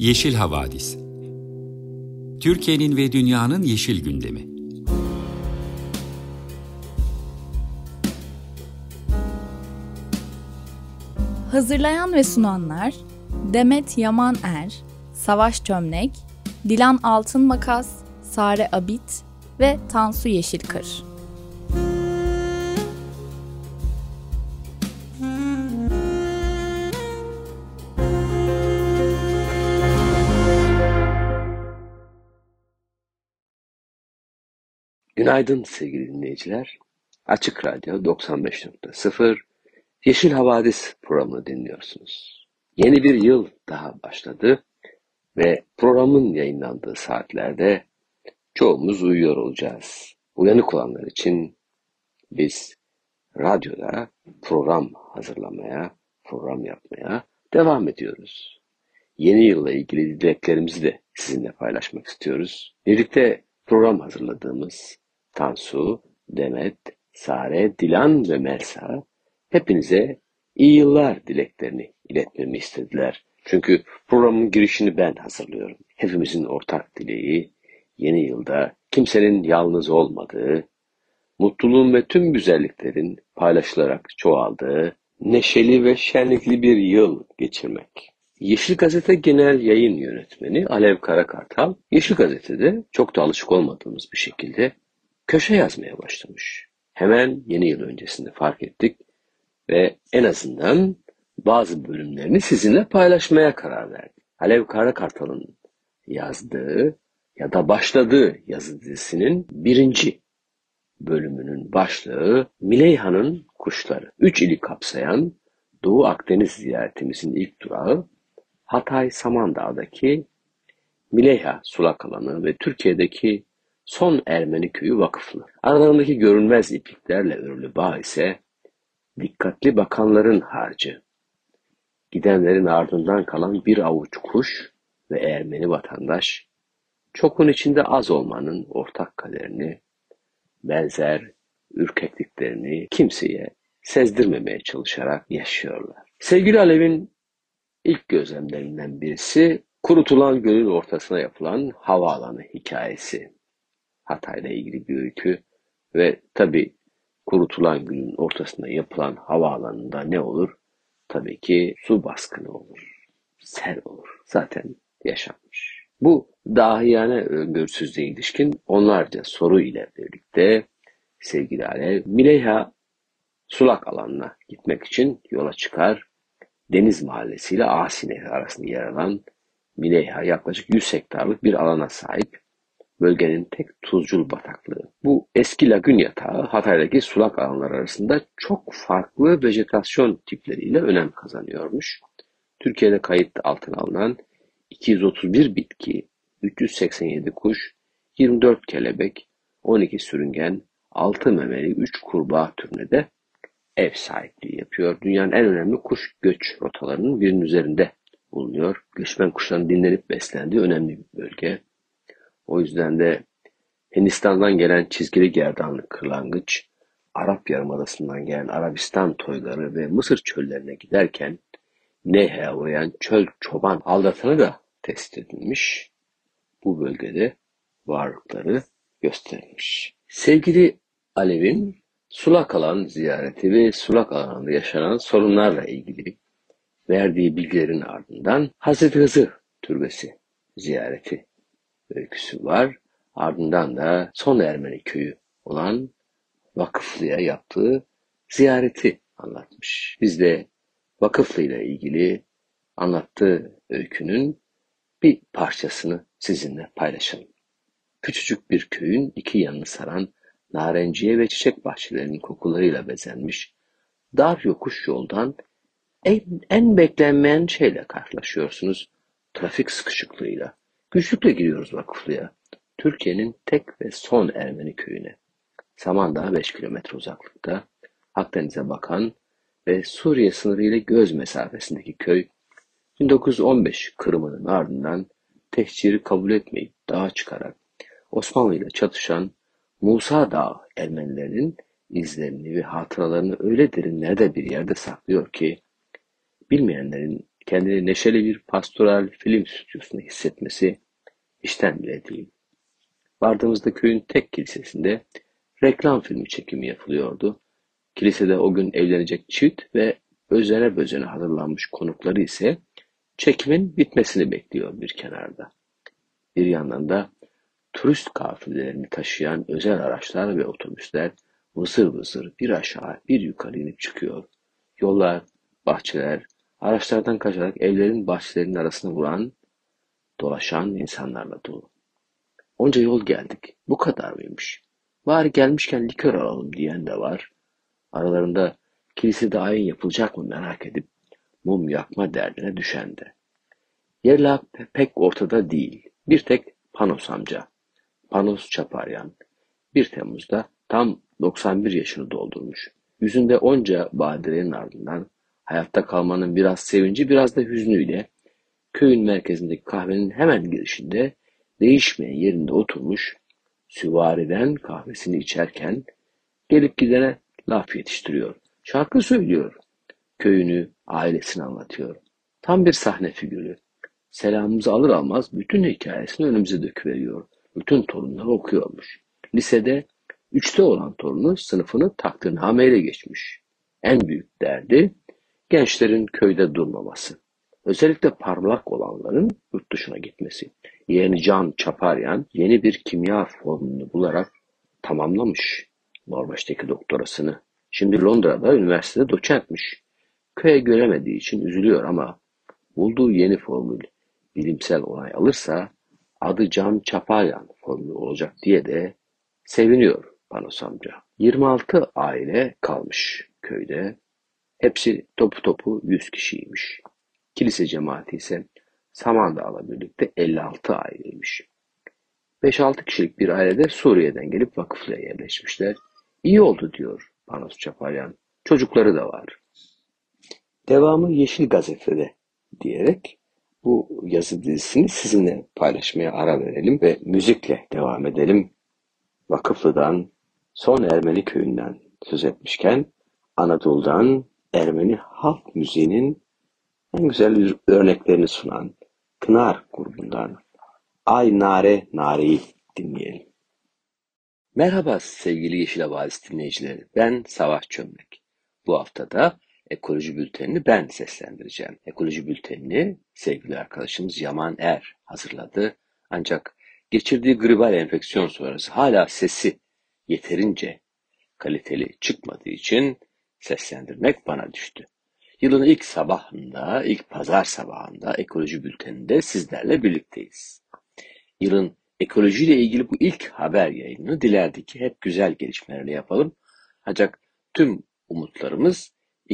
Yeşil Havadis. Türkiye'nin ve dünyanın yeşil gündemi. Hazırlayan ve sunanlar Demet Yaman Savaş Çömlek, Dilan Altınmakas, Sare Abit ve Tansu Yeşilkır. Günaydın sevgili dinleyiciler. Açık Radyo 95.0 Yeşil Havadis programını dinliyorsunuz. Yeni bir yıl daha başladı ve programın yayınlandığı saatlerde çoğumuz uyuyor olacağız. Uyanık olanlar için biz radyoda program hazırlamaya, program yapmaya devam ediyoruz. Yeni yılla ilgili dileklerimizi de sizinle paylaşmak istiyoruz. Birlikte program hazırladığımız Tansu, Demet, Sare, Dilan ve Melsa hepinize iyi yıllar dileklerini iletmemi istediler. Çünkü programın girişini ben hazırlıyorum. Hepimizin ortak dileği yeni yılda kimsenin yalnız olmadığı, mutluluğun ve tüm güzelliklerin paylaşılarak çoğaldığı, neşeli ve şenlikli bir yıl geçirmek. Yeşil Gazete Genel Yayın Yönetmeni Alev Karakartal, Yeşil Gazete'de çok da alışık olmadığımız bir şekilde köşe yazmaya başlamış. Hemen yeni yıl öncesinde fark ettik ve en azından bazı bölümlerini sizinle paylaşmaya karar verdik. Alev Karakartal'ın yazdığı ya da başladığı yazı dizisinin 1. bölümünün başlığı Mileyha'nın Kuşları. 3 ili kapsayan Doğu Akdeniz ziyaretimizin ilk durağı Hatay Samandağ'daki Mileyha sulak alanı ve Türkiye'deki son Ermeni köyü vakıflı. Aralarındaki görünmez ipliklerle örülü bağ ise dikkatli bakanların harcı. Gidenlerin ardından kalan bir avuç kuş ve Ermeni vatandaş, çokun içinde az olmanın ortak kaderini, benzer ürkekliklerini kimseye sezdirmemeye çalışarak yaşıyorlar. Sevgili Alev'in ilk gözlemlerinden birisi kurutulan gölün ortasına yapılan havaalanı hikayesi. Hatay'la ilgili bir öykü ve tabii kurutulan gölün ortasında yapılan havaalanında ne olur? Tabii ki su baskını olur, sel olur. Zaten yaşanmış. Bu dahiyane öngörüsüzlüğe ilişkin onlarca soru ile birlikte sevgili Alev, Mileyha sulak alanına gitmek için yola çıkar. Deniz Mahallesi ile Asi Nehri arasında yer alan Mileyha yaklaşık 100 hektarlık bir alana sahip, bölgenin tek tuzcul bataklığı. Bu eski lagün yatağı Hatay'daki sulak alanlar arasında çok farklı vejetasyon tipleriyle önem kazanıyormuş. Türkiye'de kayıt altına alınan 231 bitki, 387 kuş, 24 kelebek, 12 sürüngen, 6 memeli, 3 kurbağa türüne de ev sahipliği yapıyor. Dünyanın en önemli kuş göç rotalarının birinin üzerinde bulunuyor. Göçmen kuşların dinlenip beslendiği önemli bir bölge. O yüzden de Hindistan'dan gelen çizgili gerdanlı kırlangıç, Arap Yarımadası'ndan gelen Arabistan toyları ve Mısır çöllerine giderken Mileyha'ya uğrayan çöl çoban aldatanı da tespit edilmiş. Bu bölgede varlıkları gösterilmiş. Sevgili Alev'in sulak alan ziyareti ve sulak alanında yaşanan sorunlarla ilgili verdiği bilgilerin ardından Hazreti Hızır Türbesi ziyareti öyküsü var. Ardından da son Ermeni köyü olan Vakıflı'ya yaptığı ziyareti anlatmış. Biz de Vakıflı ile ilgili anlattığı öykünün bir parçasını sizinle paylaşalım. Küçücük bir köyün iki yanını saran narenciye ve çiçek bahçelerinin kokularıyla bezenmiş dar yokuş yoldan en beklenmeyen şeyle karşılaşıyorsunuz. Trafik sıkışıklığıyla. Güçlükle giriyoruz Vakıflı'ya. Türkiye'nin tek ve son Ermeni köyüne. Samandağ 5 kilometre uzaklıkta, Akdeniz'e bakan ve Suriye sınırıyla göz mesafesindeki köy, 1915 kırımının ardından tehciri kabul etmeyip dağa çıkarak Osmanlı ile çatışan Musa Dağı Ermenilerinin izlerini ve hatıralarını öyle derinlerde bir yerde saklıyor ki bilmeyenlerin kendini neşeli bir pastoral film stüdyosunda hissetmesi işten bile değil. Vardığımızda köyün tek kilisesinde reklam filmi çekimi yapılıyordu. Kilisede o gün evlenecek çift ve özene bözene hazırlanmış konukları ise çekimin bitmesini bekliyor bir kenarda. Bir yandan da turist kafilelerini taşıyan özel araçlar ve otobüsler vızır vızır bir aşağı bir yukarı inip çıkıyor. Yollar, bahçeler, araçlardan kaçarak evlerin bahçelerinin arasına vuran, dolaşan insanlarla dolu. Onca yol geldik. Bu kadar mıymış? Bari gelmişken likör alalım diyen de var. Aralarında kilisede ayin yapılacak mı merak edip mum yakma derdine düşen de. Yerler pek ortada değil. Bir tek Panos amca, Panos Çaparyan, 1 Temmuz'da tam 91 yaşını doldurmuş. Yüzünde onca badirenin ardından hayatta kalmanın biraz sevinci biraz da hüznüyle köyün merkezindeki kahvenin hemen girişinde değişmeyen yerinde oturmuş, süvariden kahvesini içerken gelip gidene laf yetiştiriyor. Şarkı söylüyor. Köyünü, ailesini anlatıyor. Tam bir sahne figürü. Selamımızı alır almaz bütün hikayesini önümüze döküveriyor. Bütün torunları okuyormuş. Lisede 3'te olan torunu sınıfını takdirnameyle geçmiş. En büyük derdi gençlerin köyde durmaması. Özellikle parlak olanların yurt dışına gitmesi. Yeğeni Can Çaparyan yeni bir kimya formülünü bularak tamamlamış Norveç'teki doktorasını. Şimdi Londra'da üniversitede doçentmiş. Köye göremediği için üzülüyor ama bulduğu yeni formül bilimsel onay alırsa adı Can Çaparyan formülü olacak diye de seviniyor Panos amca. 26 aile kalmış köyde. Hepsi topu topu 100 kişiymiş. Kilise cemaati ise Samandağ'la birlikte 56 aileymiş. 5-6 kişilik bir ailede Suriye'den gelip vakıflığa yerleşmişler. İyi oldu diyor Panos Çaparyan. Çocukları da var. Devamı Yeşil Gazete'de diyerek bu yazı dizisini sizinle paylaşmaya ara verelim ve müzikle devam edelim. Vakıflı'dan, son Ermeni köyünden söz etmişken Anadolu'dan Ermeni halk müziğinin en güzel örneklerini sunan Kınar grubundan Ay Nare Nare'yi dinleyelim. Merhaba sevgili Yeşil Havadis dinleyicileri. Ben Savaş Çömlek. Bu haftada Ekoloji Bülteni'ni ben seslendireceğim. Ekoloji Bülteni'ni sevgili arkadaşımız Yaman Er hazırladı. Ancak geçirdiği gribal enfeksiyon sonrası hala sesi yeterince kaliteli çıkmadığı için seslendirmek bana düştü. Yılın ilk sabahında, ilk pazar sabahında Ekoloji Bülteni'nde sizlerle birlikteyiz. Yılın ekolojiyle ilgili bu ilk haber yayınını dilerdik ki hep güzel gelişmelerle yapalım. Ancak tüm umutlarımız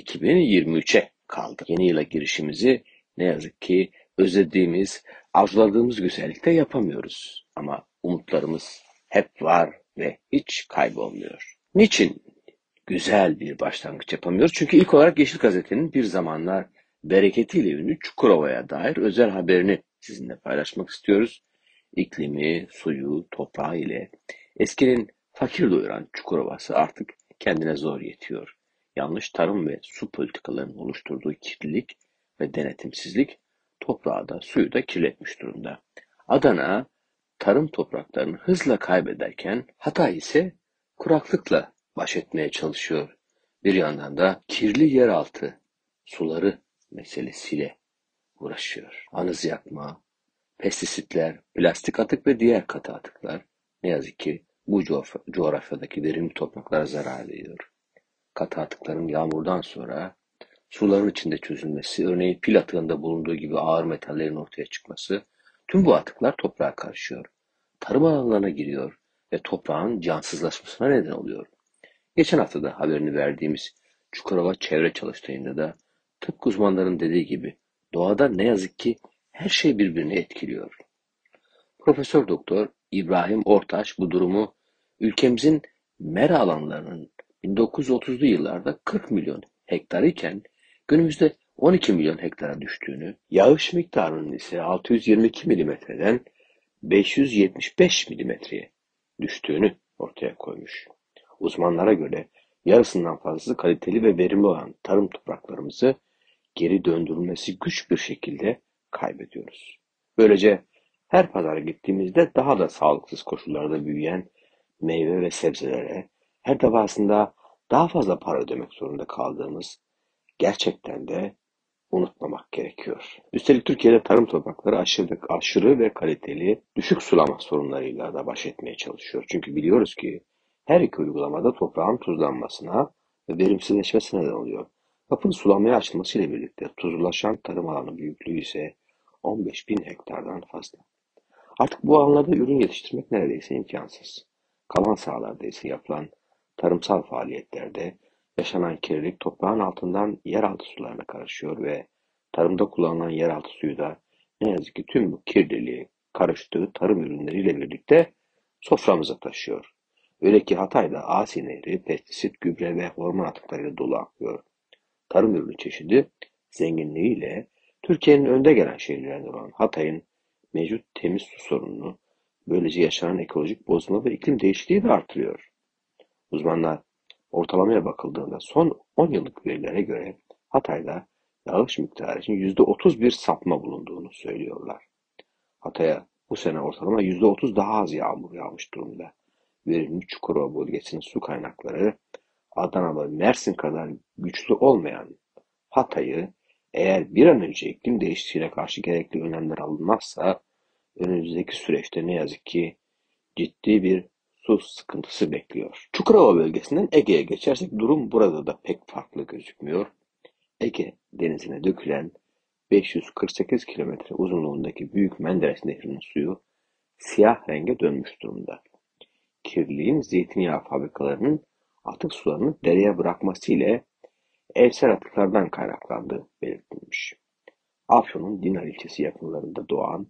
2023'e kaldı. Yeni yıla girişimizi ne yazık ki özlediğimiz, arzuladığımız güzellikte yapamıyoruz. Ama umutlarımız hep var ve hiç kaybolmuyor. Niçin güzel bir başlangıç yapamıyoruz? Çünkü ilk olarak Yeşil Gazete'nin bir zamanlar bereketiyle ünlü Çukurova'ya dair özel haberini sizinle paylaşmak istiyoruz. İklimi, suyu, toprağı ile eskinin fakir doyuran Çukurova'sı artık kendine zor yetiyor. Yanlış tarım ve su politikalarının oluşturduğu kirlilik ve denetimsizlik toprağı da suyu da kirletmiş durumda. Adana tarım topraklarını hızla kaybederken Hatay ise kuraklıkla baş etmeye çalışıyor. Bir yandan da kirli yeraltı suları meselesiyle uğraşıyor. Anız yakma, pestisitler, plastik atık ve diğer katı atıklar ne yazık ki bu coğrafyadaki verimli topraklara zarar veriyor. Katı atıkların yağmurdan sonra suların içinde çözülmesi, örneğin pil atığında bulunduğu gibi ağır metallerin ortaya çıkması, tüm bu atıklar toprağa karışıyor. Tarım alanlarına giriyor ve toprağın cansızlaşmasına neden oluyor. Geçen hafta da haberini verdiğimiz Çukurova Çevre Çalıştayı'nda da tıpkı uzmanların dediği gibi doğada ne yazık ki her şey birbirini etkiliyor. Profesör Doktor İbrahim Ortaç bu durumu ülkemizin mera alanlarının 1930'lu yıllarda 40 milyon hektar iken günümüzde 12 milyon hektara düştüğünü, yağış miktarının ise 622 milimetreden 575 milimetreye düştüğünü ortaya koymuş. Uzmanlara göre yarısından fazlası kaliteli ve verimli olan tarım topraklarımızı geri döndürülmesi güç bir şekilde kaybediyoruz. Böylece her pazara gittiğimizde daha da sağlıksız koşullarda büyüyen meyve ve sebzelere her defasında daha fazla para ödemek zorunda kaldığımız gerçekten de unutmamak gerekiyor. Üstelik Türkiye'de tarım toprakları aşırı ve kaliteli, düşük sulama sorunlarıyla da baş etmeye çalışıyor. Çünkü biliyoruz ki her iki uygulamada toprağın tuzlanmasına ve verimsizleşmesine neden oluyor. Kapın sulamaya açılmasıyla birlikte tuzlulaşan tarım alanı büyüklüğü ise 15 bin hektardan fazla. Artık bu alanlarda ürün yetiştirmek neredeyse imkansız. Kalan sahalarda ise yapılan tarımsal faaliyetlerde yaşanan kirlilik toprağın altından yeraltı sularına karışıyor ve tarımda kullanılan yeraltı suyu da ne yazık ki tüm bu kirliliği karıştığı tarım ürünleriyle birlikte soframıza taşıyor. Öyle ki Hatay'da Asi Nehri pestisit, gübre ve hormon atıklarıyla dolu akıyor. Tarım ürünü çeşidi zenginliğiyle Türkiye'nin önde gelen şehirlerinden olan Hatay'ın mevcut temiz su sorununu, böylece yaşanan ekolojik bozulma ve iklim değişikliği de artırıyor. Uzmanlar ortalamaya bakıldığında son 10 yıllık verilere göre Hatay'da yağış miktarı için %30 sapma bulunduğunu söylüyorlar. Hatay'a bu sene ortalama %30 daha az yağmur yağmış durumda. Verimli Çukurova bölgesinin su kaynakları Adana ve Mersin kadar güçlü olmayan Hatay'ı eğer bir an önce iklim değişikliğine karşı gerekli önlemler alınmazsa önümüzdeki süreçte ne yazık ki ciddi bir su sıkıntısı bekliyor. Çukurova bölgesinden Ege'ye geçersek durum burada da pek farklı gözükmüyor. Ege denizine dökülen 548 kilometre uzunluğundaki Büyük Menderes Nehri'nin suyu siyah renge dönmüş durumda. Kirliliğin zeytinyağı fabrikalarının atık sularını dereye bırakması ile evsel atıklardan kaynaklandığı belirtilmiş. Afyon'un Dinar ilçesi yakınlarında doğan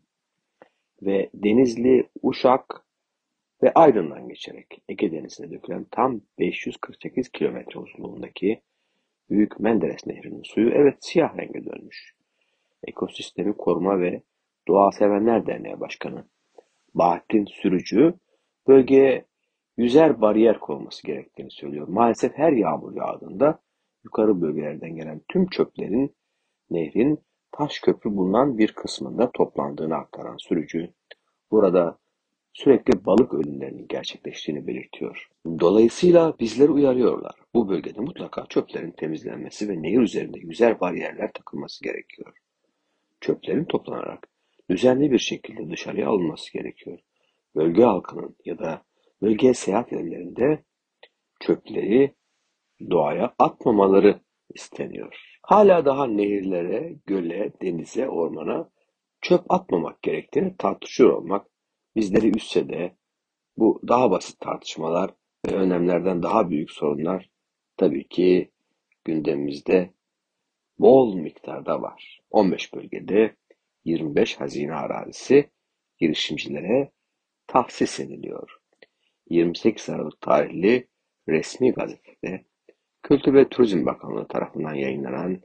ve Denizli, Uşak ve Aydın'dan geçerek Ege Denizi'ne dökülen tam 548 kilometre uzunluğundaki Büyük Menderes Nehri'nin suyu evet siyah renge dönmüş. Ekosistemi Koruma ve Doğa Sevenler Derneği Başkanı Bahattin Sürücü bölgeye yüzer bariyer konulması gerektiğini söylüyor. Maalesef her yağmur yağdığında yukarı bölgelerden gelen tüm çöplerin nehrin taş köprü bulunan bir kısmında toplandığını aktaran Sürücü burada sürekli balık ölümlerinin gerçekleştiğini belirtiyor. Dolayısıyla bizleri uyarıyorlar. Bu bölgede mutlaka çöplerin temizlenmesi ve nehir üzerinde yüzer bariyerler takılması gerekiyor. Çöplerin toplanarak düzenli bir şekilde dışarıya alınması gerekiyor. Bölge halkının ya da bölgeye seyahat edenlerinde çöpleri doğaya atmamaları isteniyor. Hala daha nehirlere, göle, denize, ormana çöp atmamak gerektiğini tartışıyor olmak bizleri üzse de bu daha basit tartışmalar ve önlemlerden daha büyük sorunlar tabii ki gündemimizde bol miktarda var. 15 bölgede 25 hazine arazisi girişimcilere tahsis ediliyor. 28 Aralık tarihli resmi gazetede Kültür ve Turizm Bakanlığı tarafından yayınlanan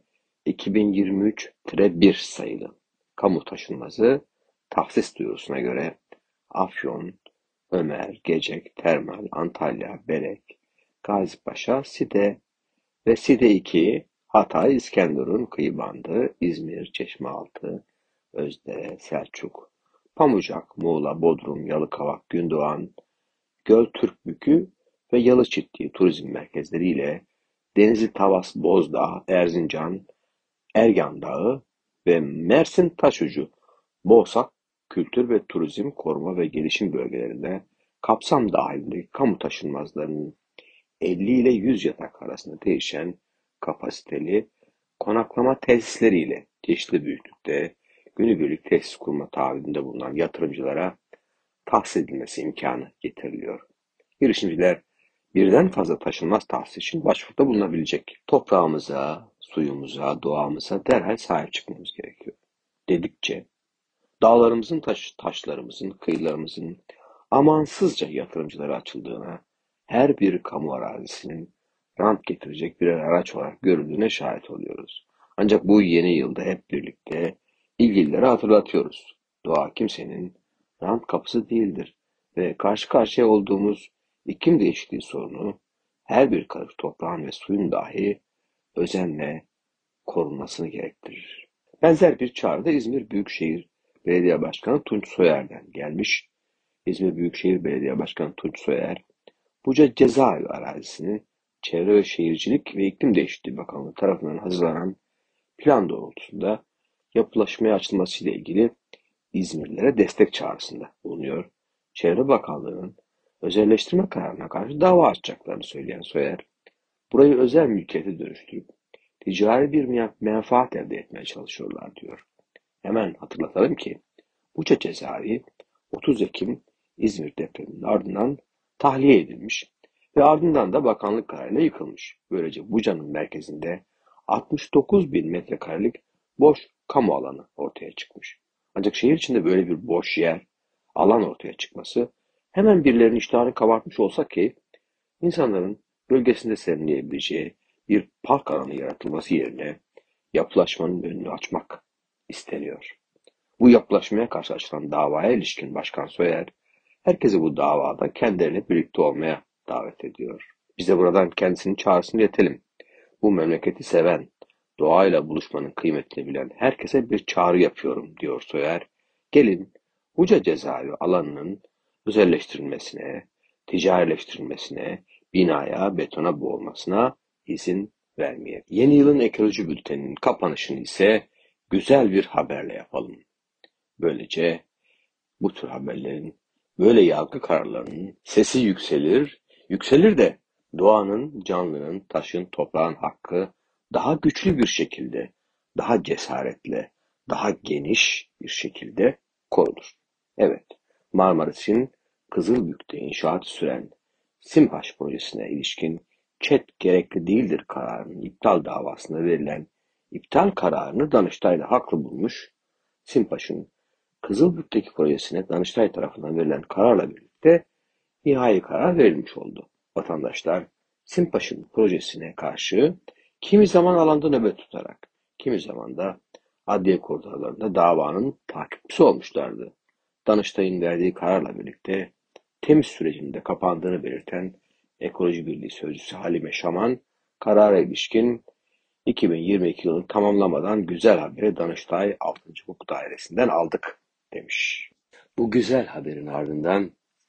2023-1 sayılı kamu taşınmazı tahsis duyurusuna göre Afyon, Ömer, Gecek, Termal, Antalya, Berek, Gazipaşa, Side ve Side 2, Hatay, İskenderun, kıyı bandı, İzmir, Çeşmealtı, Özdere, Selçuk, Pamucak, Muğla, Bodrum, Yalıkavak, Gündoğan, Göltürkbükü ve Yalıçitli turizm merkezleriyle Denizli, Tavas, Bozdağ, Erzincan, Ergan Dağı ve Mersin Taşucu, Boğsak Kültür ve Turizm Koruma ve Gelişim bölgelerinde kapsam dahilindeki kamu taşınmazlarının 50 ile 100 yatak arasında değişen kapasiteli konaklama tesisleriyle çeşitli büyüklükte günübirlik tesis kurma taahhüdünde bulunan yatırımcılara tahsis edilmesi imkanı getiriliyor. Girişimciler birden fazla taşınmaz tahsis için başvuruda bulunabilecek. Toprağımıza, suyumuza, doğamıza derhal sahip çıkmamız gerekiyor. Dedikçe dağlarımızın, taşlarımızın, kıyılarımızın amansızca yatırımcılara açıldığına, her bir kamu arazisinin rant getirecek birer araç olarak görüldüğüne şahit oluyoruz. Ancak bu yeni yılda hep birlikte ilgililere hatırlatıyoruz. Doğa kimsenin rant kapısı değildir ve karşı karşıya olduğumuz iklim değişikliği sorunu her bir karış toprağın ve suyun dahi özenle korunmasını gerektirir. Benzer bir çağrı da İzmir Büyükşehir Belediye Başkanı Tunç Soyer'den gelmiş. İzmir Büyükşehir Belediye Başkanı Tunç Soyer, Buca cezaevi arazisini Çevre ve Şehircilik ve İklim Değişikliği Bakanlığı tarafından hazırlanan plan doğrultusunda yapılaşmaya açılmasıyla ilgili İzmirlilere destek çağrısında bulunuyor. Çevre Bakanlığı'nın özelleştirme kararına karşı dava açacaklarını söyleyen Soyer, burayı özel mülkiyete dönüştürüp ticari bir menfaat elde etmeye çalışıyorlar diyor. Hemen hatırlatalım ki Buca cezaevi 30 Ekim İzmir depreminin ardından tahliye edilmiş ve ardından da bakanlık kararıyla yıkılmış. Böylece Buca'nın merkezinde 69 bin metrekarelik boş kamu alanı ortaya çıkmış. Ancak şehir içinde böyle bir boş yer, alan ortaya çıkması hemen birilerinin iştahını kabartmış olsa ki insanların bölgesinde serinleyebileceği bir park alanı yaratılması yerine yapılaşmanın önünü açmak isteniyor. Bu yapılaşmaya karşı açılan davaya ilişkin Başkan Soyer, herkesi bu davada kendileriyle birlikte olmaya davet ediyor. Biz de buradan kendisinin çağrısını iletelim. Bu memleketi seven, doğayla buluşmanın kıymetini bilen herkese bir çağrı yapıyorum diyor Soyer. Gelin Buca cezaevi alanının özelleştirilmesine, ticarileştirilmesine, binaya, betona boğulmasına izin vermeyelim. Yeni yılın ekoloji bülteninin kapanışını ise güzel bir haberle yapalım. Böylece bu tür haberlerin, böyle yargı kararlarının sesi yükselir de doğanın, canlının, taşın, toprağın hakkı daha güçlü bir şekilde, daha cesaretle, daha geniş bir şekilde korunur. Evet, Marmaris'in Kızılbük'te inşaat süren SİMHAŞ projesine ilişkin ÇED gerekli değildir kararının iptal davasında verilen iptal kararını Danıştay'la haklı bulmuş. SİMHAŞ'ın Kızılbük'teki projesine Danıştay tarafından verilen kararla birlikte nihai karar verilmiş oldu. Vatandaşlar SİMHAŞ'ın projesine karşı kimi zaman alanda nöbet tutarak, kimi zaman da adliye koridorlarında davanın takipçisi olmuşlardı. Danıştay'ın verdiği kararla birlikte temiz sürecinde kapandığını belirten Ekoloji Birliği Sözcüsü Halime Şaman, karara ilişkin 2022 yılını tamamlamadan güzel haberi Danıştay 6. Hukuk Dairesi'nden aldık demiş. Bu güzel haberin ardından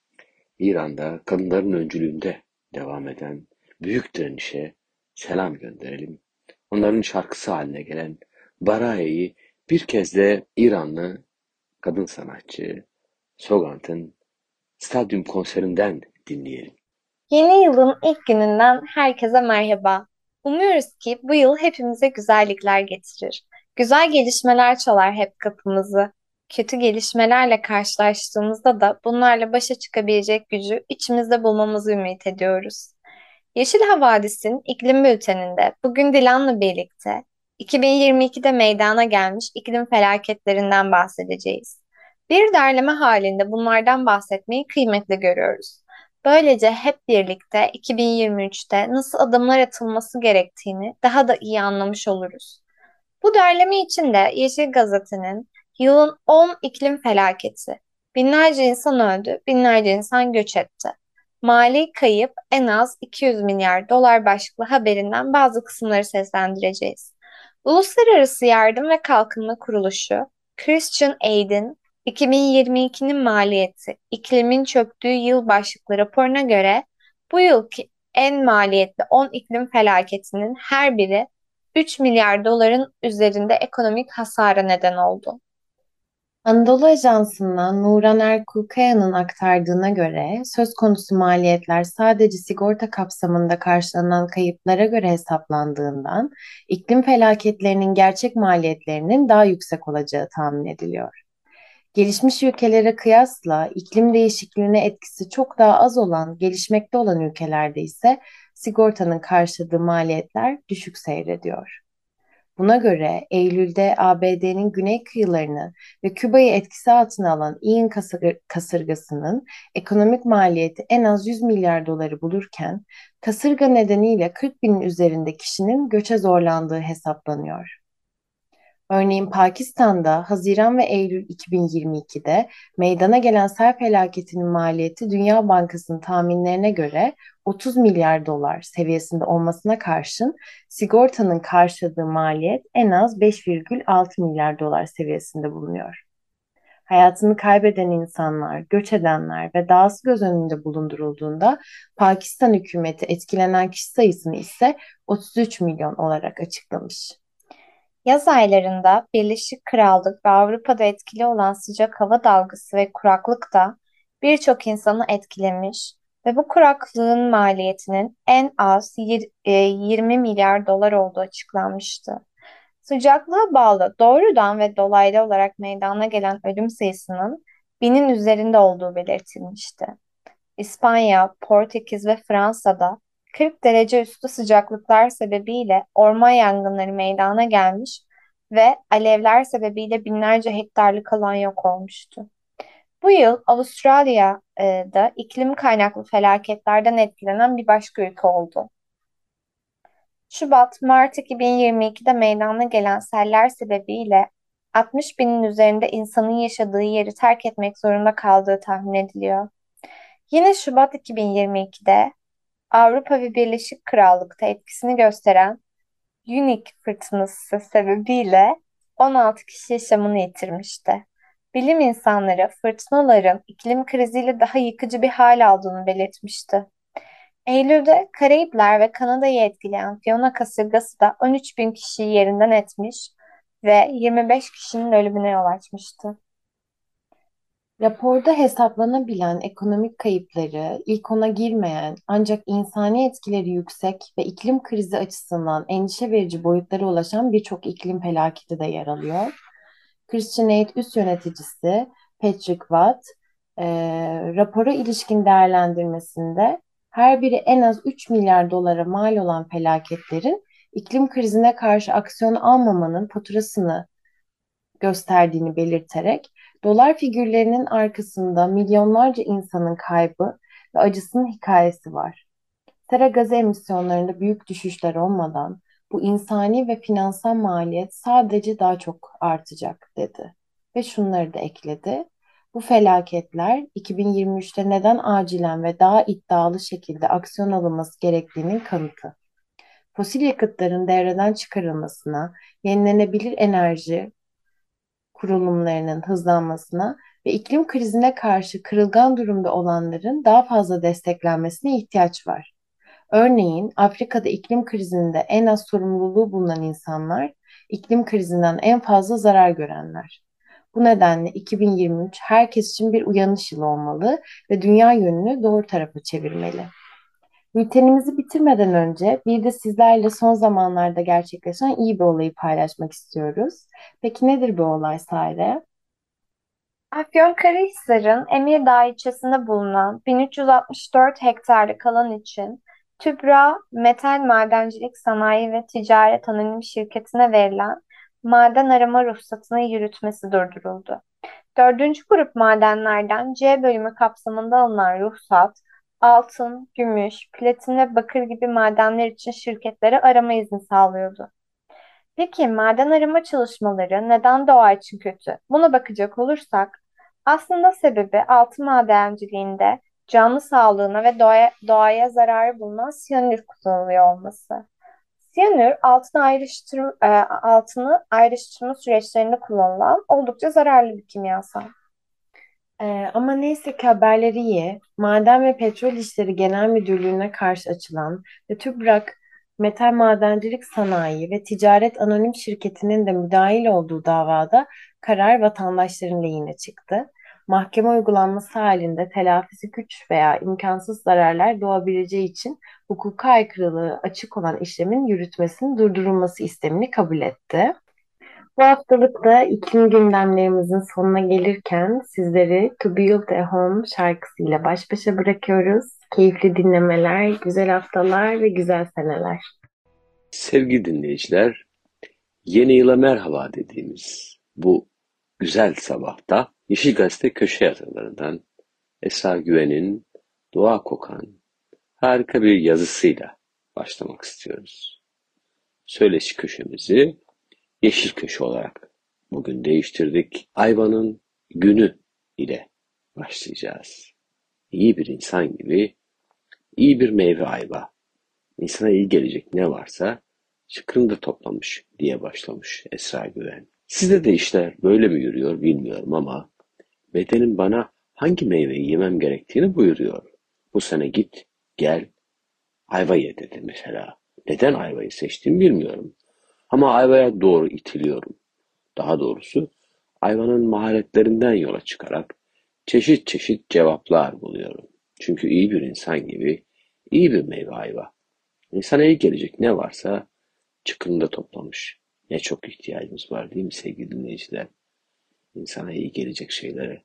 İran'da kadınların öncülüğünde devam eden büyük direnişe selam gönderelim. Onların şarkısı haline gelen Baraye'yi bir kez de İranlı kadın sanatçı Sogant'ın stadyum konserinden dinleyelim. Yeni yılın ilk gününden herkese merhaba. Umuyoruz ki bu yıl hepimize güzellikler getirir. Güzel gelişmeler çalar hep kapımızı. Kötü gelişmelerle karşılaştığımızda da bunlarla başa çıkabilecek gücü içimizde bulmamızı ümit ediyoruz. Yeşil Havadis'in iklim bülteninde bugün Dilan'la birlikte 2022'de meydana gelmiş iklim felaketlerinden bahsedeceğiz. Bir derleme halinde bunlardan bahsetmeyi kıymetli görüyoruz. Böylece hep birlikte 2023'te nasıl adımlar atılması gerektiğini daha da iyi anlamış oluruz. Bu derleme için de Yeşil Gazete'nin yılın 10 iklim felaketi, binlerce insan öldü, binlerce insan göç etti. Mali kayıp en az 200 milyar dolar başlıklı haberinden bazı kısımları seslendireceğiz. Uluslararası Yardım ve Kalkınma Kuruluşu, Christian Aid'in 2022'nin maliyeti, iklimin çöktüğü yıl başlıklı raporuna göre bu yılki en maliyetli 10 iklim felaketinin her biri 3 milyar doların üzerinde ekonomik hasara neden oldu. Anadolu Ajansı'ndan Nuran Erkulkaya'nın aktardığına göre söz konusu maliyetler sadece sigorta kapsamında karşılanan kayıplara göre hesaplandığından iklim felaketlerinin gerçek maliyetlerinin daha yüksek olacağı tahmin ediliyor. Gelişmiş ülkelere kıyasla iklim değişikliğine etkisi çok daha az olan gelişmekte olan ülkelerde ise sigortanın karşıladığı maliyetler düşük seyrediyor. Buna göre Eylül'de ABD'nin güney kıyılarını ve Küba'yı etkisi altına alan Ian kasırgasının ekonomik maliyeti en az 100 milyar doları bulurken, kasırga nedeniyle 40 binin üzerinde kişinin göçe zorlandığı hesaplanıyor. Örneğin Pakistan'da Haziran ve Eylül 2022'de meydana gelen sel felaketinin maliyeti Dünya Bankası'nın tahminlerine göre 30 milyar dolar seviyesinde olmasına karşın sigortanın karşıladığı maliyet en az 5,6 milyar dolar seviyesinde bulunuyor. Hayatını kaybeden insanlar, göç edenler ve dahası göz önünde bulundurulduğunda Pakistan hükümeti etkilenen kişi sayısını ise 33 milyon olarak açıklamış. Yaz aylarında Birleşik Krallık ve Avrupa'da etkili olan sıcak hava dalgası ve kuraklık da birçok insanı etkilemiş ve bu kuraklığın maliyetinin en az 20 milyar dolar olduğu açıklanmıştı. Sıcaklığa bağlı doğrudan ve dolaylı olarak meydana gelen ölüm sayısının binin üzerinde olduğu belirtilmişti. İspanya, Portekiz ve Fransa'da 40 derece üstü sıcaklıklar sebebiyle orman yangınları meydana gelmiş ve alevler sebebiyle binlerce hektarlık alan yok olmuştu. Bu yıl Avustralya'da iklim kaynaklı felaketlerden etkilenen bir başka ülke oldu. Şubat-Mart 2022'de meydana gelen seller sebebiyle 60 binin üzerinde insanın yaşadığı yeri terk etmek zorunda kaldığı tahmin ediliyor. Yine Şubat 2022'de Avrupa ve Birleşik Krallık'ta etkisini gösteren Unique fırtınası sebebiyle 16 kişi yaşamını yitirmişti. Bilim insanları fırtınaların iklim kriziyle daha yıkıcı bir hal aldığını belirtmişti. Eylül'de Karayipler ve Kanada'yı etkileyen Fiona kasırgası da 13 bin kişiyi yerinden etmiş ve 25 kişinin ölümüne yol açmıştı. Raporda hesaplanabilen ekonomik kayıpları, ilk ona girmeyen ancak insani etkileri yüksek ve iklim krizi açısından endişe verici boyutlara ulaşan birçok iklim felaketi de yer alıyor. ChristianAid üst yöneticisi Patrick Watt, rapora ilişkin değerlendirmesinde her biri en az 3 milyar dolara mal olan felaketlerin iklim krizine karşı aksiyon almamanın faturasını gösterdiğini belirterek dolar figürlerinin arkasında milyonlarca insanın kaybı ve acısının hikayesi var. Sera gazı emisyonlarında büyük düşüşler olmadan bu insani ve finansal maliyet sadece daha çok artacak dedi. Ve şunları da ekledi. Bu felaketler 2023'te neden acilen ve daha iddialı şekilde aksiyon alınması gerektiğinin kanıtı. Fosil yakıtların devreden çıkarılmasına, yenilenebilir enerji kurulumlarının hızlanmasına ve iklim krizine karşı kırılgan durumda olanların daha fazla desteklenmesine ihtiyaç var. Örneğin Afrika'da iklim krizinde en az sorumluluğu bulunan insanlar, iklim krizinden en fazla zarar görenler. Bu nedenle 2023 herkes için bir uyanış yılı olmalı ve dünya yönünü doğru tarafa çevirmeli. Bültenimizi bitirmeden önce bir de sizlerle son zamanlarda gerçekleşen iyi bir olayı paylaşmak istiyoruz. Peki nedir bu olay Sare? Afyonkarahisar'ın Emirdağ ilçesinde bulunan 1364 hektarlık alan için Tübra Metal Madencilik Sanayi ve Ticaret Anonim Şirketi'ne verilen maden arama ruhsatını yürütmesi durduruldu. Dördüncü grup madenlerden C bölümü kapsamında alınan ruhsat, altın, gümüş, platin ve bakır gibi madenler için şirketlere arama izni sağlıyordu. Peki maden arama çalışmaları neden doğa için kötü? Buna bakacak olursak, aslında sebebi altın madenciliğinde canlı sağlığına ve doğaya zararı bulunan siyanür kullanılıyor olması. Siyanür altını ayrıştırma süreçlerinde kullanılan oldukça zararlı bir kimyasal. Ama neyse ki haberleri iyi. Maden ve Petrol İşleri Genel Müdürlüğü'ne karşı açılan ve TÜPRAK Metal Madencilik Sanayi ve Ticaret Anonim Şirketi'nin de müdahil olduğu davada karar vatandaşların lehine çıktı. Mahkeme uygulanması halinde telafisi güç veya imkansız zararlar doğabileceği için hukuka aykırılığı açık olan işlemin yürütmesinin durdurulması istemini kabul etti. Bu haftalık da iklim gündemlerimizin sonuna gelirken sizleri To Build a Home şarkısıyla baş başa bırakıyoruz. Keyifli dinlemeler, güzel haftalar ve güzel seneler. Sevgili dinleyiciler, yeni yıla merhaba dediğimiz bu güzel sabahta Yeşil Gazete köşe yazarlarından Esra Güven'in doğa kokan harika bir yazısıyla başlamak istiyoruz. Söyleşi köşemizi Yeşil Köşe olarak bugün değiştirdik. Ayva'nın günü ile başlayacağız. İyi bir insan gibi İyi bir meyve ayva. İnsana iyi gelecek ne varsa çıkrında toplamış diye başlamış Esra Güven. Sizde de işler böyle mi yürüyor bilmiyorum ama bedenim bana hangi meyveyi yemem gerektiğini buyuruyor. Bu sene git, gel, ayva ye dedi mesela. Neden ayvayı seçtiğimi bilmiyorum. Ama ayvaya doğru itiliyorum. Daha doğrusu ayvanın maharetlerinden yola çıkarak çeşit çeşit cevaplar buluyorum. Çünkü iyi bir insan gibi iyi bir meyve ayva. İnsana iyi gelecek ne varsa çıkında toplamış. Ne çok ihtiyacımız var değil mi sevgili dinleyiciler? İnsana iyi gelecek şeylere.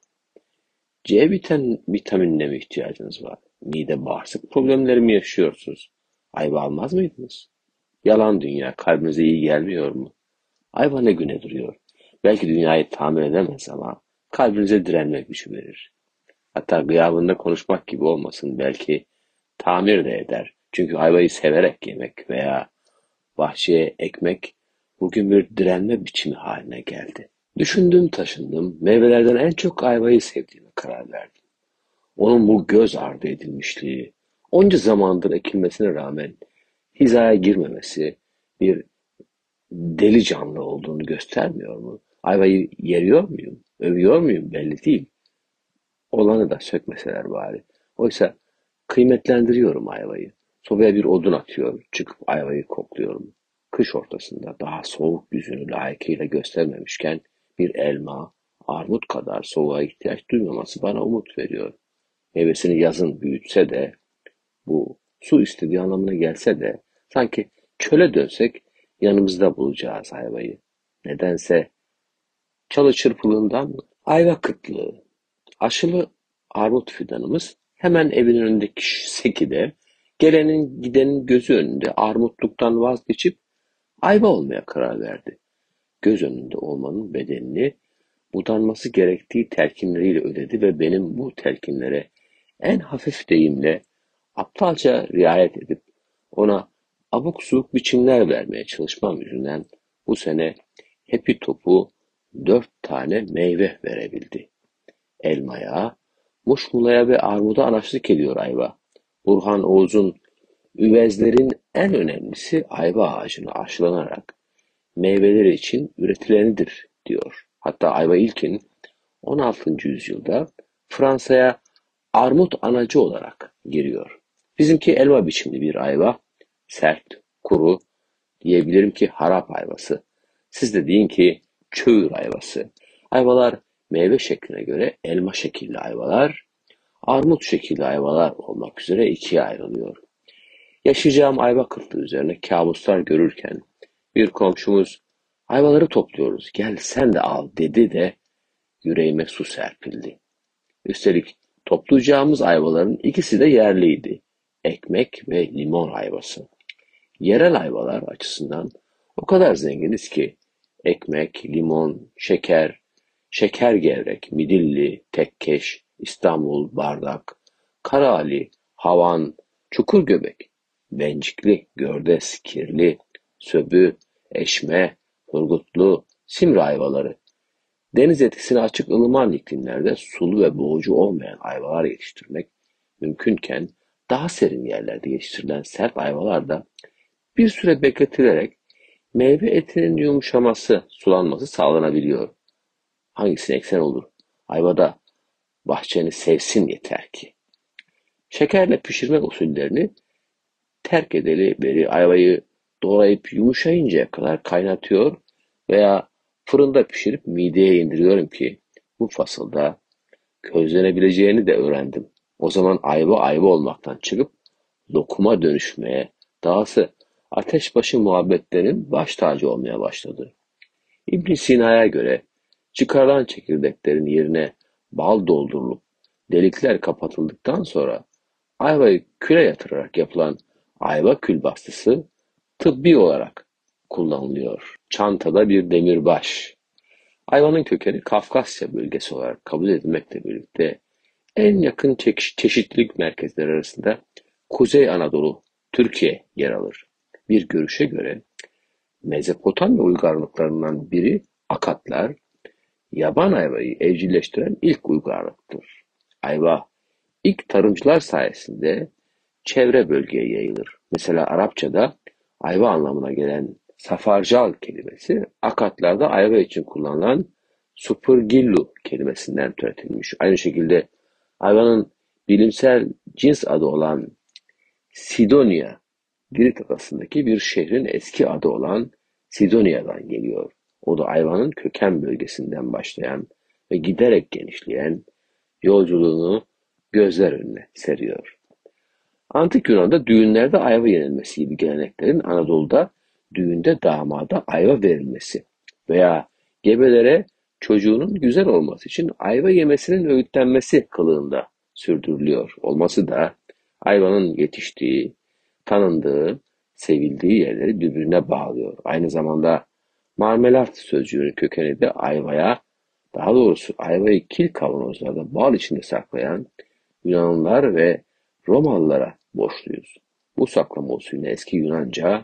Vitaminine mi ihtiyacınız var? Mide bağırsak problemleri mi yaşıyorsunuz? Ayva almaz mıydınız? Yalan dünya kalbinize iyi gelmiyor mu? Ayva ne güne duruyor? Belki dünyayı tamir edemez ama kalbinize direnme gücü verir. Hatta gıyabında konuşmak gibi olmasın belki tamir de eder. Çünkü ayvayı severek yemek veya bahçeye ekmek bugün bir direnme biçimi haline geldi. Düşündüm taşındım, meyvelerden en çok ayvayı sevdiğime karar verdim. Onun bu göz ardı edilmişliği, onca zamandır ekilmesine rağmen hizaya girmemesi bir deli canlı olduğunu göstermiyor mu? Ayvayı yeriyor muyum, övüyor muyum belli değil. Olanı da sökmeseler bari. Oysa kıymetlendiriyorum ayvayı. Sobaya bir odun atıyor, çıkıp ayvayı kokluyorum. Kış ortasında daha soğuk yüzünü layıkıyla göstermemişken bir elma, armut kadar soğuğa ihtiyaç duymaması bana umut veriyor. Meyvesini yazın büyütse de, bu su istediği anlamına gelse de, sanki çöle dönsek yanımızda bulacağız ayvayı. Nedense çalı çırpılığından mı? Ayva kıtlığı. Aşılı armut fidanımız hemen evin önündeki sekide, gelenin gidenin gözü önünde armutluktan vazgeçip ayva olmaya karar verdi. Göz önünde olmanın bedelini budanması gerektiği telkinleriyle ödedi ve benim bu telkinlere en hafif deyimle aptalca riayet edip ona abuk subuk biçimler vermeye çalışmam yüzünden bu sene hepi topu 4 tane meyve verebildi. Elmaya, muşmulaya ve armuda anaçlık ediyor ayva. Burhan Oğuz'un üvezlerin en önemlisi ayva ağacını aşılanarak meyveleri için üretilenidir diyor. Hatta ayva ilkin 16. yüzyılda Fransa'ya armut anacı olarak giriyor. Bizimki elma biçimli bir ayva, sert, kuru, diyebilirim ki harap ayvası. Siz de deyin ki çöğür ayvası. Ayvalar meyve şekline göre elma şekilli ayvalar, armut şekilli ayvalar olmak üzere ikiye ayrılıyor. Yaşayacağım ayva kıtlığı üzerine kabuslar görürken bir komşumuz ayvaları topluyoruz gel sen de al dedi de yüreğime su serpildi. Üstelik toplayacağımız ayvaların ikisi de yerliydi. Ekmek ve limon ayvası. Yerel ayvalar açısından o kadar zenginiz ki ekmek, limon, şeker, şeker gevrek, midilli, tekkeş, İstanbul, bardak, Karaali, havan, çukur göbek, bencikli, gördes, kirli, söbü, eşme, hurgutlu, simri ayvaları. Deniz etkisine açık ılıman iklimlerde sulu ve boğucu olmayan ayvalar yetiştirmek mümkünken daha serin yerlerde yetiştirilen sert ayvalar da bir süre bekletilerek meyve etinin yumuşaması, sulanması sağlanabiliyor. Hangisine eksen olur? Ayvada bahçeni sevsin yeter ki. Şekerle pişirme usullerini terk edeli beri ayvayı doğrayıp yumuşayıncaya kadar kaynatıyor veya fırında pişirip mideye indiriyorum ki bu fasılda közlenebileceğini de öğrendim. O zaman ayva ayva olmaktan çıkıp lokuma dönüşmeye, dahası ateşbaşı muhabbetlerin baş tacı olmaya başladı. İbn Sina'ya göre çıkarılan çekirdeklerin yerine bal doldurulup delikler kapatıldıktan sonra ayvayı küle yatırarak yapılan ayva külbastısı tıbbi olarak kullanılıyor. Çantada bir demirbaş. Ayvanın kökeni Kafkasya bölgesi olarak kabul edilmekle birlikte en yakın çeşitlilik merkezleri arasında Kuzey Anadolu, Türkiye yer alır. Bir görüşe göre Mezopotamya uygarlıklarından biri Akatlar, yaban ayvayı evcilleştiren ilk uygarlıktır. Ayva ilk tarımcılar sayesinde çevre bölgeye yayılır. Mesela Arapçada ayva anlamına gelen safarcal kelimesi Akatlarda ayva için kullanılan supergillu kelimesinden türetilmiş. Aynı şekilde ayvanın bilimsel cins adı olan Sidonia, Girit adasındaki bir şehrin eski adı olan Sidonia'dan geliyor. O da ayvanın köken bölgesinden başlayan ve giderek genişleyen yolculuğunu gözler önüne seriyor. Antik Yunan'da düğünlerde ayva yenilmesi gibi geleneklerin Anadolu'da düğünde damada ayva verilmesi veya gebelere çocuğunun güzel olması için ayva yemesinin öğütlenmesi kılığında sürdürülüyor olması da ayvanın yetiştiği, tanındığı, sevildiği yerleri birbirine bağlıyor. Aynı zamanda marmelat sözcüğünün kökeni de ayvaya, daha doğrusu ayvayı kil kavanozlarda bal içinde saklayan Yunanlılar ve Romalılara borçluyuz. Bu saklama usulüne eski Yunanca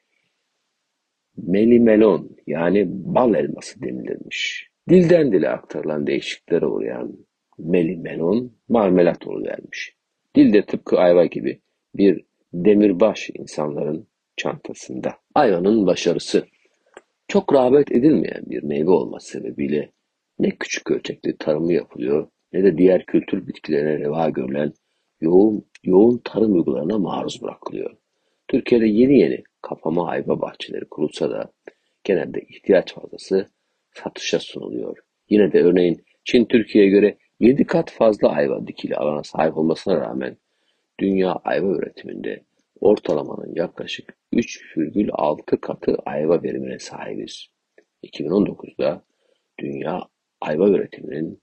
melimelon yani bal elması denilirmiş. Dilden dile aktarılan değişikliklere uğrayan melimelon marmelat oluvermiş. Dilde tıpkı ayva gibi bir demirbaş insanların çantasında. Ayvanın başarısı çok rağbet edilmeyen bir meyve olması sebebiyle ne küçük ölçekli tarımı yapılıyor ne de diğer kültür bitkilerine reva görülen yoğun tarım uygularına maruz bırakılıyor. Türkiye'de yeni kapama ayva bahçeleri kurulsa da genelde ihtiyaç fazlası satışa sunuluyor. Yine de örneğin Çin Türkiye'ye göre 7 kat fazla ayva dikili alana sahip olmasına rağmen dünya ayva üretiminde ortalamanın yaklaşık 3,6 katı ayva verimine sahibiz. 2019'da dünya ayva üretiminin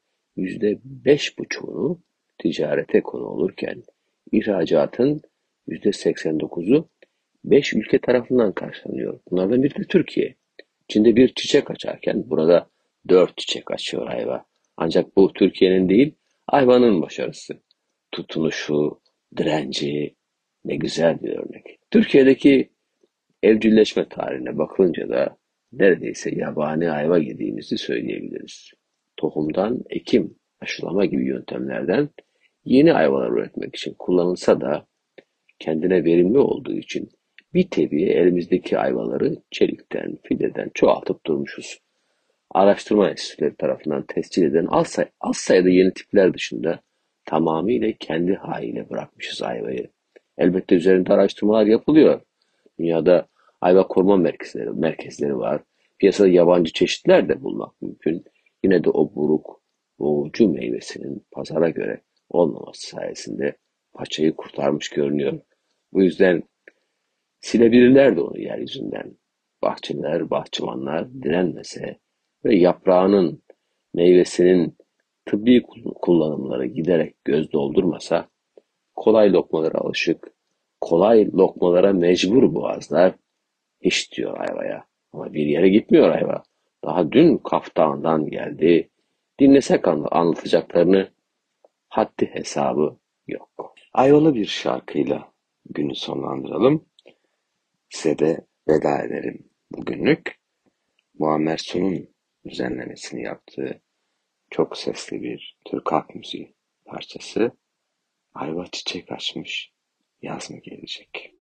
%5,5'unu ticarete konu olurken ihracatın %89'u 5 ülke tarafından karşılanıyor. Bunlardan biri de Türkiye. Çin'de bir çiçek açarken burada 4 çiçek açıyor ayva. Ancak bu Türkiye'nin değil, ayvanın başarısı. Tutunuşu, direnci ne güzel bir örnek. Türkiye'deki evcilleşme tarihine bakılınca da neredeyse yabani ayva yediğimizi söyleyebiliriz. Tohumdan ekim, aşılama gibi yöntemlerden yeni ayvalar üretmek için kullanılsa da kendine verimli olduğu için bir teviye elimizdeki ayvaları çelikten, fideden çoğaltıp durmuşuz. Araştırma enstitüleri tarafından tescil edilen az sayıda yeni tipler dışında tamamıyla kendi haliyle bırakmışız ayvayı. Elbette üzerinde araştırmalar yapılıyor. Dünyada ayva koruma merkezleri var. Piyasada yabancı çeşitler de bulmak mümkün. Yine de o buruk, boğucu meyvesinin pazara göre olmaması sayesinde paçayı kurtarmış görünüyor. Bu yüzden silebilirler de onu yeryüzünden. Bahçeliler, bahçıvanlar direnmese ve yaprağının, meyvesinin tıbbi kullanımları giderek göz doldurmasa, kolay lokmalara alışık, kolay lokmalara mecbur boğazlar hiç diyor ayvaya. Ama bir yere gitmiyor ayva. Daha dün Kaftan'dan geldi. Dinlesek anlatacaklarını haddi hesabı yok. Ayvalı bir şarkıyla günü sonlandıralım. Size de veda ederim bugünlük. Muammer Sun'un düzenlemesini yaptığı çok sesli bir Türk halk müziği parçası. Ayva çiçek açmış, yaz mı gelecek?